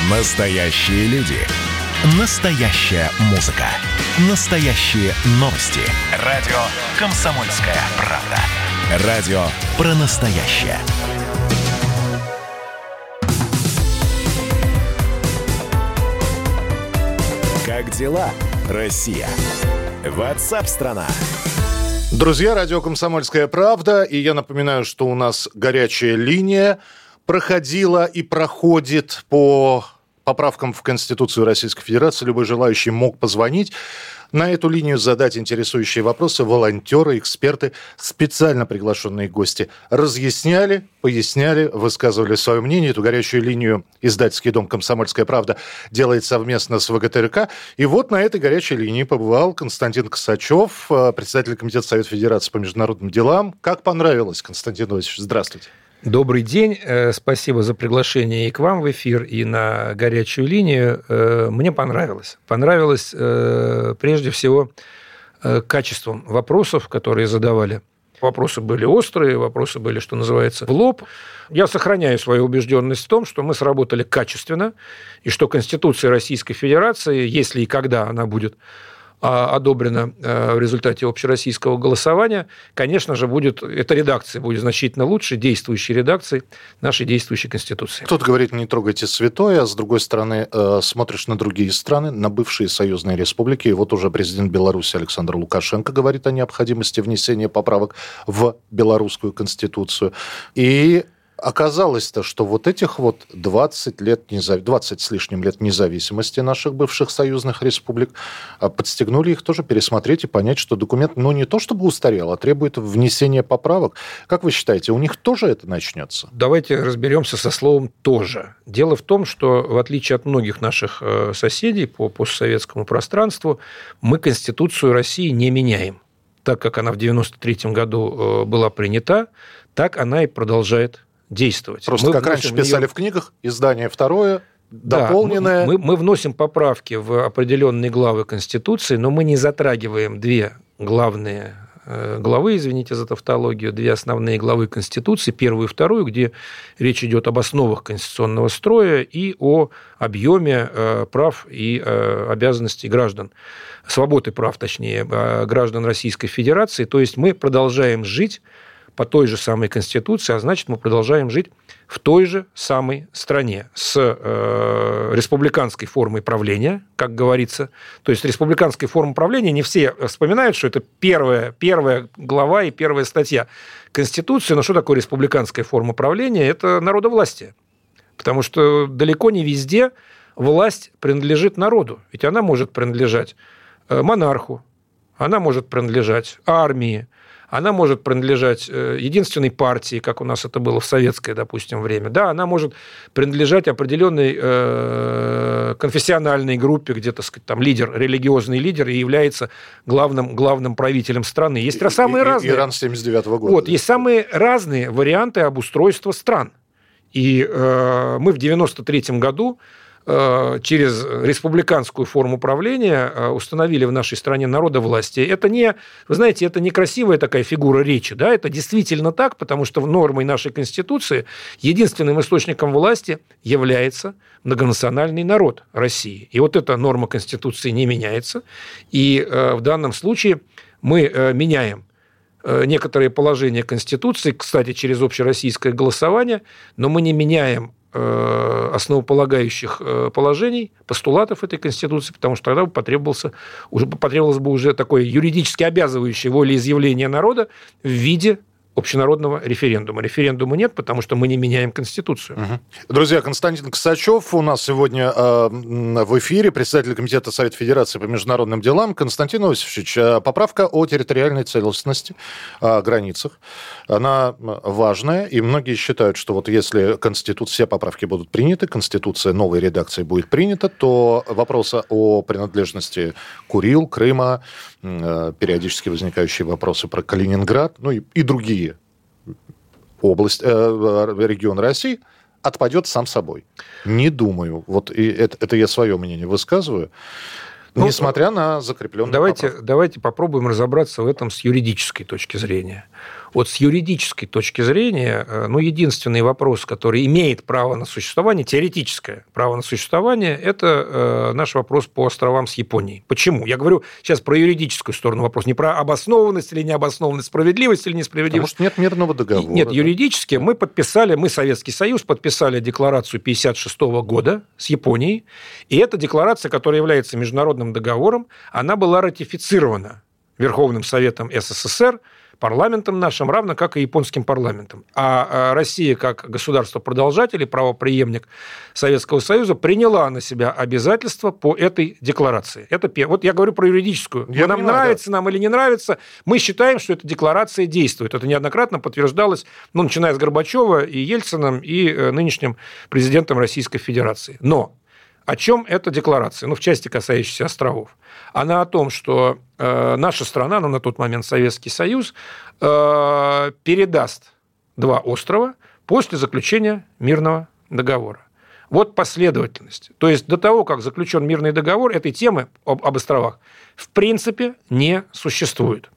Настоящие люди. Настоящая музыка. Настоящие новости. Радио «Комсомольская правда». Радио про настоящее. Как дела, Россия? WhatsApp-страна. Друзья, радио «Комсомольская правда». И я напоминаю, что у нас горячая линия проходила и проходит по поправкам в Конституцию Российской Федерации. Любой желающий мог позвонить на эту линию, задать интересующие вопросы. Волонтеры, эксперты, специально приглашенные гости разъясняли, поясняли, высказывали свое мнение. Эту горячую линию издательский дом «Комсомольская правда» делает совместно с ВГТРК. И вот на этой горячей линии побывал Константин Косачев, председатель Комитета Совета Федерации по международным делам. Как понравилось, Константин Иванович? Здравствуйте. Добрый день. Спасибо за приглашение и к вам в эфир, и на горячую линию. Мне понравилось. Понравилось прежде всего качеством вопросов, которые задавали. Вопросы были острые, вопросы были, что называется, в лоб. Я сохраняю свою убежденность в том, что мы сработали качественно, и что Конституция Российской Федерации, если и когда она будет одобрена в результате общероссийского голосования, конечно же, эта редакция будет значительно лучше действующей редакции нашей действующей Конституции. Кто-то говорит, не трогайте святое, а с другой стороны, смотришь на другие страны, на бывшие союзные республики, и вот уже президент Беларуси Александр Лукашенко говорит о необходимости внесения поправок в белорусскую Конституцию. И оказалось-то, что вот этих 20 с лишним лет независимости наших бывших союзных республик подстегнули их тоже пересмотреть и понять, что документ, не то чтобы устарел, а требует внесения поправок. Как вы считаете, у них тоже это начнется? Давайте разберемся со словом «тоже». Дело в том, что в отличие от многих наших соседей по постсоветскому пространству, мы Конституцию России не меняем. Так как она в 1993 году была принята, так она и продолжает действовать. Просто как раньше писали в книгах, издание второе, дополненное. Мы вносим поправки в определенные главы Конституции, но мы не затрагиваем две главные главы, извините за тавтологию, две основные главы Конституции, первую и вторую, где речь идет об основах конституционного строя и о объеме прав и обязанностей граждан, свобод и прав, точнее, граждан Российской Федерации. То есть мы продолжаем жить по той же самой Конституции, а значит, мы продолжаем жить в той же самой стране с республиканской формой правления, как говорится. То есть республиканской формой правления не все вспоминают, что это первая глава и первая статья Конституции. Но что такое республиканская форма правления? Это народовластие. Потому что далеко не везде власть принадлежит народу. Ведь она может принадлежать монарху, она может принадлежать армии, она может принадлежать единственной партии, как у нас это было в советское, допустим, время. Да, она может принадлежать определенной конфессиональной группе, где, так сказать, там религиозный лидер и является главным правителем страны. Есть самые разные. Иран 79-го года. Есть самые разные варианты обустройства стран. И мы в 1993 году через республиканскую форму правления установили в нашей стране народовластие. Это вы знаете, это не красивая такая фигура речи, да, это действительно так, потому что в нормой нашей Конституции единственным источником власти является многонациональный народ России. И вот эта норма Конституции не меняется, и в данном случае мы меняем некоторые положения Конституции, кстати, через общероссийское голосование, но мы не меняем основополагающих положений, постулатов этой Конституции, потому что тогда потребовалось бы уже такое юридически обязывающее волеизъявление народа в виде общенародного референдума. Референдума нет, потому что мы не меняем Конституцию. Друзья, Константин Косачев у нас сегодня в эфире, председатель Комитета Совета Федерации по международным делам. Константин Иосифович, поправка о территориальной целостности, о границах, она важная, и многие считают, что вот если все поправки будут приняты, Конституция новой редакции будет принята, то вопросы о принадлежности Курил, Крыма, периодически возникающие вопросы про Калининград, и другие регион России отпадет сам собой. Не думаю. Вот и это я свое мнение высказываю. Несмотря на закрепленные поправки. Давайте попробуем разобраться в этом с юридической точки зрения. Вот с юридической точки зрения, единственный вопрос, который имеет право на существование, теоретическое право на существование, это наш вопрос по островам с Японией. Почему? Я говорю сейчас про юридическую сторону вопроса, не про обоснованность или необоснованность, справедливость или несправедливость. Потому что нет мирного договора. Нет, юридически мы, Советский Союз, подписали декларацию 1956 года с Японией, и эта декларация, которая является международным договором, она была ратифицирована Верховным Советом СССР, парламентом нашим, равно как и японским парламентом. А Россия, как государство-продолжатель и правопреемник Советского Союза, приняла на себя обязательства по этой декларации. Вот я говорю про юридическую. Нам нравится, нам или не нравится, мы считаем, что эта декларация действует. Это неоднократно подтверждалось, начиная с Горбачева и Ельциным, и нынешним президентом Российской Федерации. Но о чем эта декларация? В части, касающейся островов. Она о том, что наша страна, на тот момент Советский Союз, передаст 2 острова после заключения мирного договора. Вот последовательность. То есть до того, как заключен мирный договор, этой темы об островах в принципе не существует.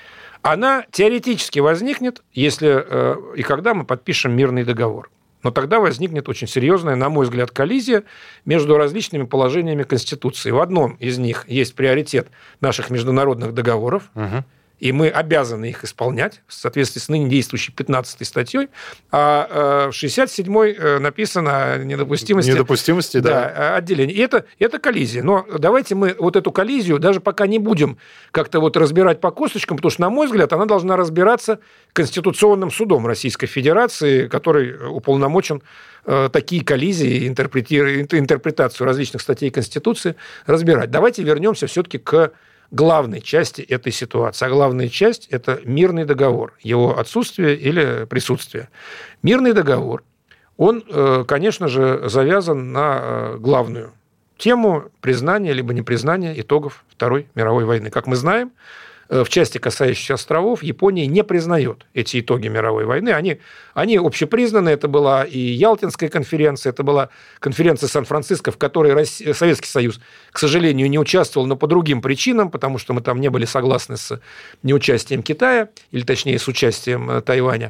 Она теоретически возникнет, если и когда мы подпишем мирный договор. Но тогда возникнет очень серьезная, на мой взгляд, коллизия между различными положениями Конституции. В одном из них есть приоритет наших международных договоров, и мы обязаны их исполнять в соответствии с ныне действующей 15 статьей, а в 67-й написано о недопустимости отделения. И это коллизия. Но давайте мы вот эту коллизию даже пока не будем как-то разбирать по косточкам, потому что, на мой взгляд, она должна разбираться Конституционным судом Российской Федерации, который уполномочен такие коллизии, интерпретацию различных статей Конституции разбирать. Давайте вернемся все-таки к главной части этой ситуации. А главная часть – это мирный договор, его отсутствие или присутствие. Мирный договор, он, конечно же, завязан на главную тему признания либо непризнания итогов Второй мировой войны. Как мы знаем, в части, касающейся островов, Япония не признает эти итоги мировой войны. Они общепризнаны. Это была и Ялтинская конференция, это была конференция Сан-Франциско, в которой Советский Союз, к сожалению, не участвовал, но по другим причинам, потому что мы там не были согласны с неучастием Китая, или точнее с участием Тайваня.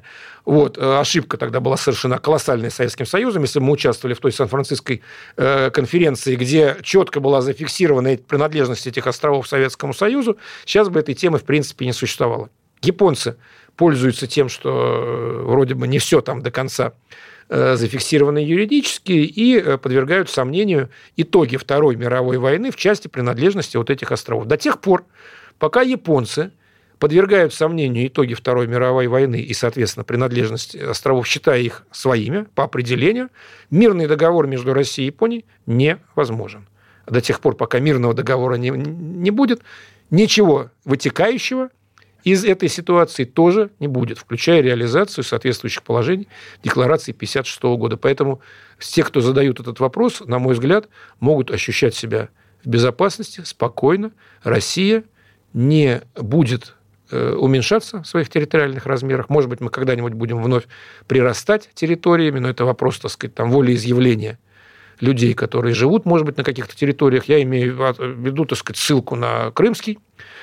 Ошибка тогда была совершена колоссальной Советским Союзом. Если бы мы участвовали в той Сан-Франциской конференции, где четко была зафиксирована принадлежность этих островов Советскому Союзу, сейчас бы этой темы в принципе не существовало. Японцы пользуются тем, что вроде бы не все там до конца зафиксировано юридически, и подвергают сомнению итоги Второй мировой войны в части принадлежности этих островов. До тех пор, пока японцы подвергают сомнению итоги Второй мировой войны и, соответственно, принадлежность островов, считая их своими по определению, мирный договор между Россией и Японией невозможен. До тех пор, пока мирного договора не будет, ничего вытекающего из этой ситуации тоже не будет, включая реализацию соответствующих положений Декларации 1956 года. Поэтому те, кто задают этот вопрос, на мой взгляд, могут ощущать себя в безопасности, спокойно. Россия не будет уменьшаться в своих территориальных размерах. Может быть, мы когда-нибудь будем вновь прирастать территориями, но это вопрос, волеизъявления людей, которые живут, может быть, на каких-то территориях. Я имею в виду, ссылку на крымский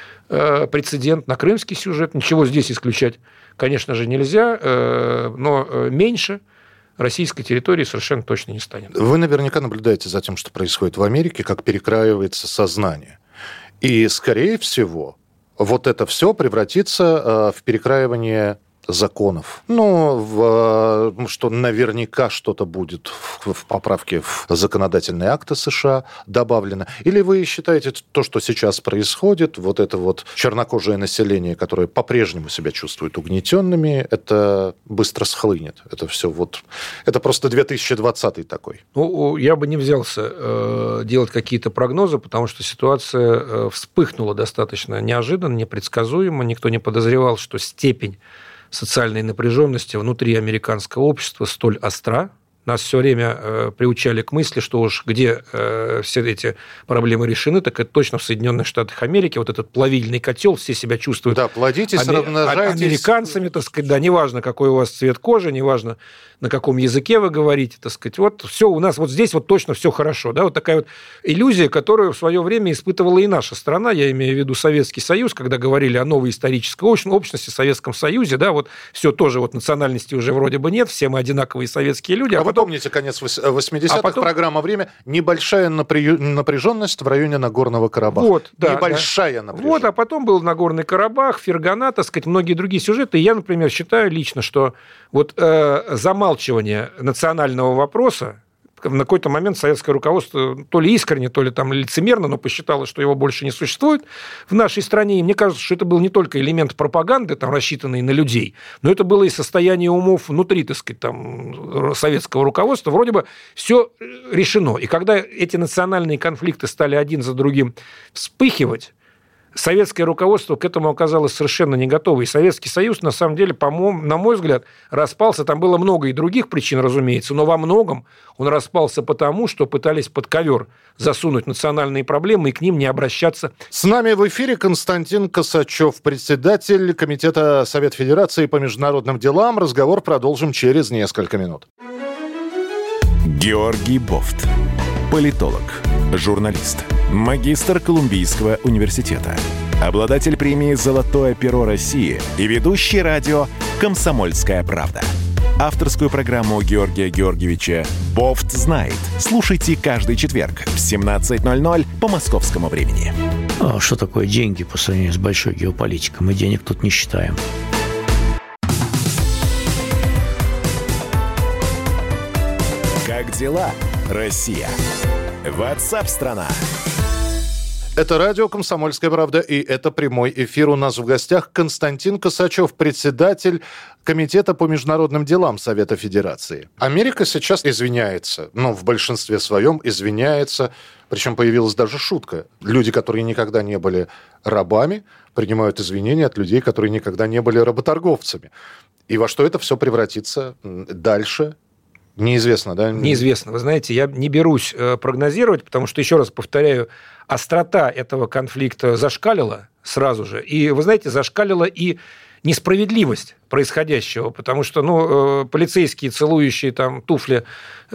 прецедент, на крымский сюжет. Ничего здесь исключать, конечно же, нельзя, но меньше российской территории совершенно точно не станет. Вы наверняка наблюдаете за тем, что происходит в Америке, как перекраивается сознание. И, скорее всего, это все превратится в перекраивание законов. Что наверняка что-то будет в поправке в законодательные акты США добавлено. Или вы считаете, то, что сейчас происходит, это чернокожее население, которое по-прежнему себя чувствует угнетенными, это быстро схлынет? Это все это просто 2020 такой. Я бы не взялся делать какие-то прогнозы, потому что ситуация вспыхнула достаточно неожиданно, непредсказуемо. Никто не подозревал, что степень социальной напряженности внутри американского общества столь остра. Нас все время приучали к мысли, что уж где все эти проблемы решены, так это точно в Соединенных Штатах Америки. Этот плавильный котел, все себя чувствуют плодитесь, размножайтесь. Американцами, неважно, какой у вас цвет кожи, неважно, на каком языке вы говорите, так сказать. Вот все у нас вот здесь вот точно все хорошо. Да? Вот такая вот иллюзия, которую в свое время испытывала и наша страна, я имею в виду Советский Союз, когда говорили о новой исторической общности, Советском Союзе, да, вот все тоже вот национальности уже вроде бы нет, все мы одинаковые советские люди. А вы помните, конец 80-х, программа «Время», небольшая напряженность в районе Нагорного Карабаха. Вот, да, небольшая напряженность. Вот, а потом был Нагорный Карабах, Фергана, так сказать, многие другие сюжеты. И я, например, считаю лично, что вот замалчивание национального вопроса, на какой-то момент советское руководство то ли искренне, то ли там лицемерно, но посчитало, что его больше не существует в нашей стране. И мне кажется, что это был не только элемент пропаганды, там, рассчитанный на людей, но это было и состояние умов внутри, так сказать, там, советского руководства. Вроде бы все решено. И когда эти национальные конфликты стали один за другим вспыхивать, советское руководство к этому оказалось совершенно не готово. И Советский Союз, на самом деле, на мой взгляд, распался. Там было много и других причин, разумеется, но во многом он распался потому, что пытались под ковер засунуть национальные проблемы и к ним не обращаться. С нами в эфире Константин Косачев, председатель Комитета Совета Федерации по международным делам. Разговор продолжим через несколько минут. Георгий Бофт. Политолог, журналист, магистр Колумбийского университета, обладатель премии «Золотое перо России» и ведущий радио «Комсомольская правда». Авторскую программу Георгия Георгиевича «Бофт знает». Слушайте каждый четверг в 17:00 по московскому времени. А что такое деньги по сравнению с большой геополитикой? Мы денег тут не считаем. Как дела, Россия? WhatsApp-страна. Это радио «Комсомольская правда», и это прямой эфир. У нас в гостях Константин Косачев, председатель Комитета по международным делам Совета Федерации. Америка сейчас извиняется, в большинстве своем извиняется, причем появилась даже шутка. Люди, которые никогда не были рабами, принимают извинения от людей, которые никогда не были работорговцами. И во что это все превратится дальше? Неизвестно, да? Неизвестно. Вы знаете, я не берусь прогнозировать, потому что, еще раз повторяю, острота этого конфликта зашкалила сразу же. И, вы знаете, зашкалила и несправедливость происходящего, потому что, полицейские, целующие там туфли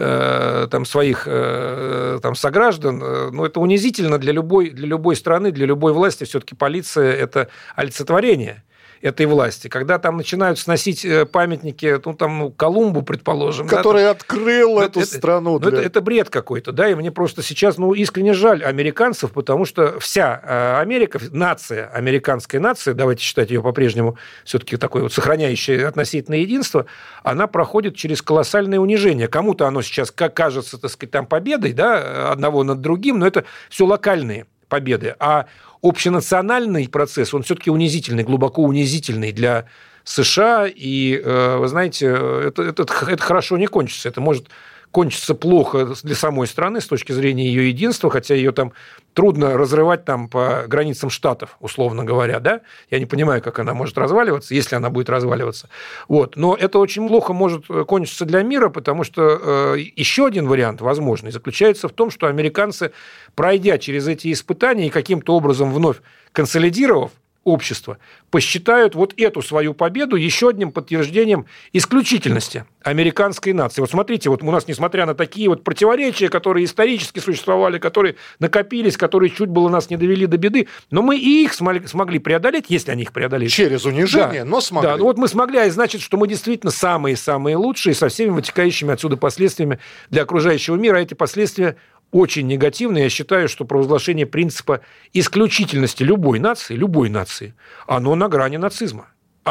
там, своих там, сограждан, это унизительно для любой страны, для любой власти. Все-таки полиция – это олицетворение этой власти. Когда там начинают сносить памятники, Колумбу, предположим. Который открыл эту страну. Это бред какой-то, да, и мне просто сейчас, искренне жаль американцев, потому что вся Америка, нация, американская нация, давайте считать ее по-прежнему все-таки такой вот сохраняющее относительное единство, она проходит через колоссальное унижение. Кому-то оно сейчас кажется, так сказать, там победой, да, одного над другим, но это все локальные победы. А общенациональный процесс, он все-таки унизительный, глубоко унизительный для США, и, вы знаете, это хорошо не кончится. Это может кончится плохо для самой страны с точки зрения ее единства, хотя ее там трудно разрывать там по границам штатов, условно говоря, да? Я не понимаю, как она может разваливаться, если она будет разваливаться. Вот. Но это очень плохо может кончиться для мира, потому что еще один вариант возможный заключается в том, что американцы, пройдя через эти испытания и каким-то образом вновь консолидировав общество, посчитают вот эту свою победу еще одним подтверждением исключительности американской нации. Вот смотрите, вот у нас, несмотря на такие вот противоречия, которые исторически существовали, которые накопились, которые чуть было нас не довели до беды, но мы и их смогли преодолеть, если они их преодолели. Через унижение, да, но смогли. Да, вот мы смогли, а значит, что мы действительно самые-самые лучшие, со всеми вытекающими отсюда последствиями для окружающего мира. А эти последствия очень негативно. Я считаю, что провозглашение принципа исключительности любой нации, оно на грани нацизма.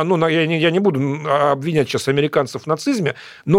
Я не буду обвинять сейчас американцев в нацизме,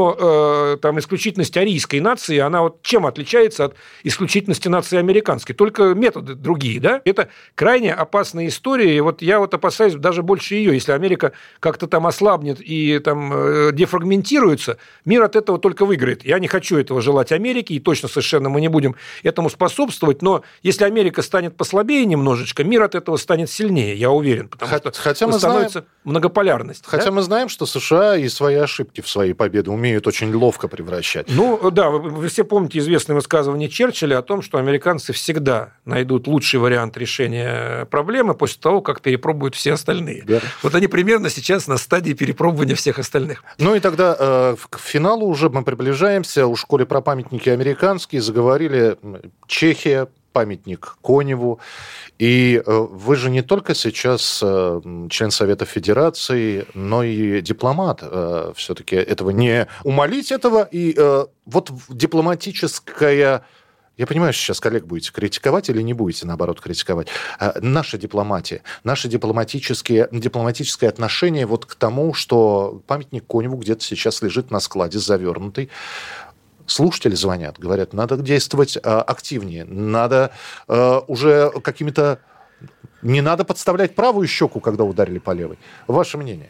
но там исключительность арийской нации, она вот чем отличается от исключительности нации американской? Только методы другие, да? Это крайне опасная история, и вот я вот опасаюсь даже больше ее. Если Америка как-то там ослабнет и там дефрагментируется, мир от этого только выиграет. Я не хочу этого желать Америке, и точно совершенно мы не будем этому способствовать, но если Америка станет послабее немножечко, мир от этого станет сильнее, я уверен, потому что становится многополярнее. многополярность. Хотя мы знаем, что США и свои ошибки в свои победы умеют очень ловко превращать. Ну, да, вы все помните известное высказывание Черчилля о том, что американцы всегда найдут лучший вариант решения проблемы после того, как перепробуют все остальные. Да. Вот они примерно сейчас на стадии перепробования всех остальных. Ну и тогда к финалу уже мы приближаемся. У школы про памятники американские заговорили Чехия, памятник Коневу. И вы же не только сейчас член Совета Федерации, но и дипломат. Все-таки этого не умалить этого. И вот дипломатическая... Я понимаю, что сейчас коллег будете критиковать или не будете, наоборот, критиковать. Наша дипломатия, наше дипломатическое отношение вот к тому, что памятник Коневу где-то сейчас лежит на складе завернутый. Слушатели звонят, говорят, надо действовать активнее, надо уже какими-то... Не надо подставлять правую щеку, когда ударили по левой. Ваше мнение?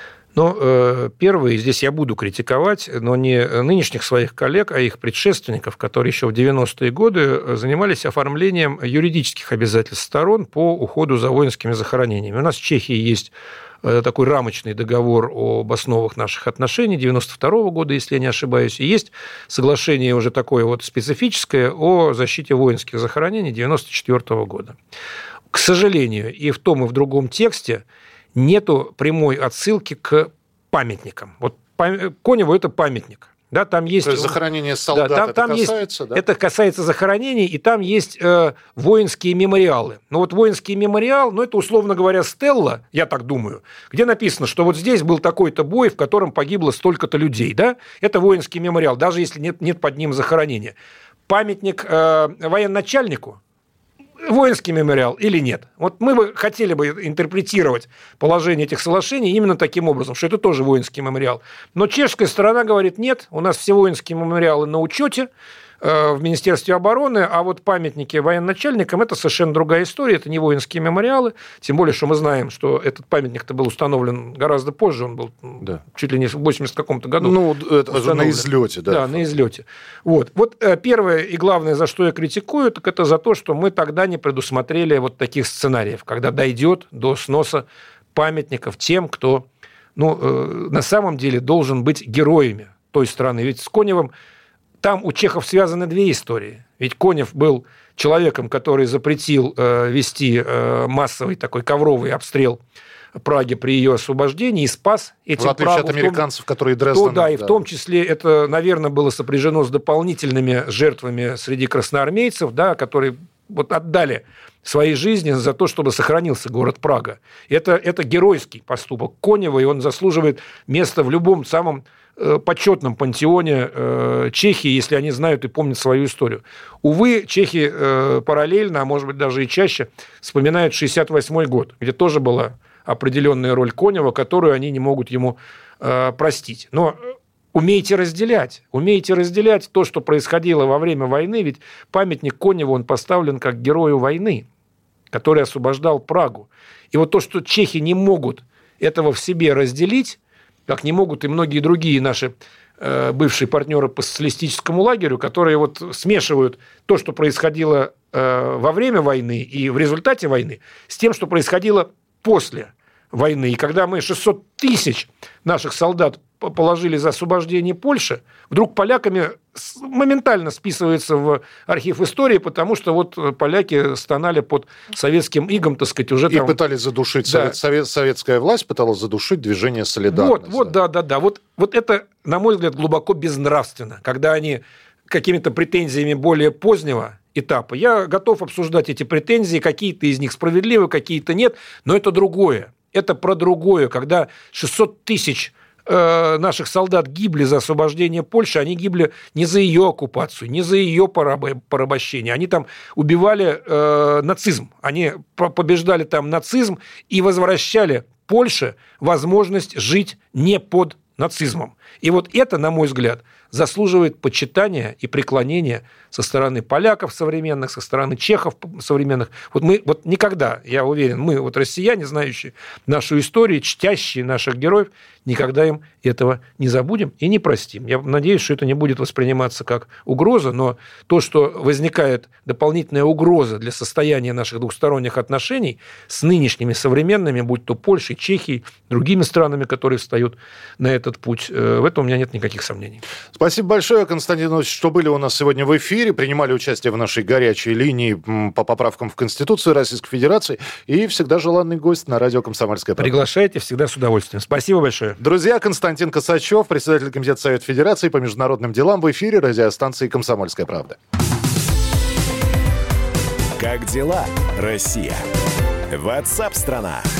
Ну, первое, здесь я буду критиковать, но не нынешних своих коллег, а их предшественников, которые еще в 90-е годы занимались оформлением юридических обязательств сторон по уходу за воинскими захоронениями. У нас в Чехии есть такой рамочный договор об основах наших отношений 92 года, если я не ошибаюсь, и есть соглашение уже такое вот специфическое о защите воинских захоронений 94 года. К сожалению, и в том, и в другом тексте нету прямой отсылки к памятникам. Вот Коневу – это памятник. Да, там есть... То есть захоронение солдат, да, это касается, да? Это касается захоронений, и там есть воинские мемориалы. Ну вот воинский мемориал, это, условно говоря, стелла, я так думаю, где написано, что вот здесь был такой-то бой, в котором погибло столько-то людей, да? Это воинский мемориал, даже если нет под ним захоронения. Памятник военачальнику, воинский мемориал или нет? Вот мы бы хотели бы интерпретировать положение этих соглашений именно таким образом, что это тоже воинский мемориал. Но чешская сторона говорит, нет, у нас все воинские мемориалы на учете в Министерстве обороны, а вот памятники военачальникам – это совершенно другая история, это не воинские мемориалы, тем более, что мы знаем, что этот памятник-то был установлен гораздо позже, он был чуть ли не в 80 каком-то году. Ну, это на излете, да. Да, на излете. Вот первое и главное, за что я критикую, так это за то, что мы тогда не предусмотрели вот таких сценариев, когда дойдет до сноса памятников тем, кто, на самом деле должен быть героями той страны. Ведь с Коневым там у чехов связаны две истории. Ведь Конев был человеком, который запретил вести массовый такой ковровый обстрел Праги при ее освобождении и спас этим Прагу. В отличие от американцев, которые Дрезден... Да, и в том числе это, наверное, было сопряжено с дополнительными жертвами среди красноармейцев, да, которые вот отдали своей жизни за то, чтобы сохранился город Прага. Это геройский поступок Конева, и он заслуживает места в любом самом почетном пантеоне Чехии, если они знают и помнят свою историю. Увы, чехи параллельно, а может быть даже и чаще, вспоминают 1968 год, где тоже была определенная роль Конева, которую они не могут ему простить. Но умейте разделять то, что происходило во время войны, ведь памятник Коневу, он поставлен как герою войны, который освобождал Прагу. И вот то, что чехи не могут этого в себе разделить, как не могут и многие другие наши бывшие партнеры по социалистическому лагерю, которые вот смешивают то, что происходило во время войны и в результате войны, с тем, что происходило после войны. И когда мы 600 тысяч наших солдат положили за освобождение Польши, вдруг поляками моментально списывается в архив истории, потому что вот поляки стонали под советским игом, так сказать, уже там... И пытались задушить, да. Советская власть пыталась задушить движение «Солидарность». Да. Вот это, на мой взгляд, глубоко безнравственно, когда они какими-то претензиями более позднего этапа. Я готов обсуждать эти претензии, какие-то из них справедливы, какие-то нет, но это другое. Это про другое, когда 600 тысяч наших солдат гибли за освобождение Польши, они гибли не за ее оккупацию, не за ее порабощение. Они там убивали нацизм, они побеждали там нацизм и возвращали Польше возможность жить не под нацизмом. И вот это, на мой взгляд, заслуживает почитания и преклонения со стороны поляков современных, со стороны чехов современных. Вот мы никогда, я уверен, мы, россияне, знающие нашу историю, чтящие наших героев, никогда им этого не забудем и не простим. Я надеюсь, что это не будет восприниматься как угроза, но то, что возникает дополнительная угроза для состояния наших двухсторонних отношений с нынешними современными, будь то Польшей, Чехией, другими странами, которые встают на этот путь, в этом у меня нет никаких сомнений. Спасибо большое, Константин Ильич, что были у нас сегодня в эфире, принимали участие в нашей горячей линии по поправкам в Конституцию Российской Федерации и всегда желанный гость на радио «Комсомольская правда». Приглашайте, всегда с удовольствием. Спасибо большое. Друзья, Константин Косачев, председатель Комитета Совета Федерации по международным делам, в эфире радиостанции «Комсомольская правда». Как дела, Россия? WhatsApp-страна.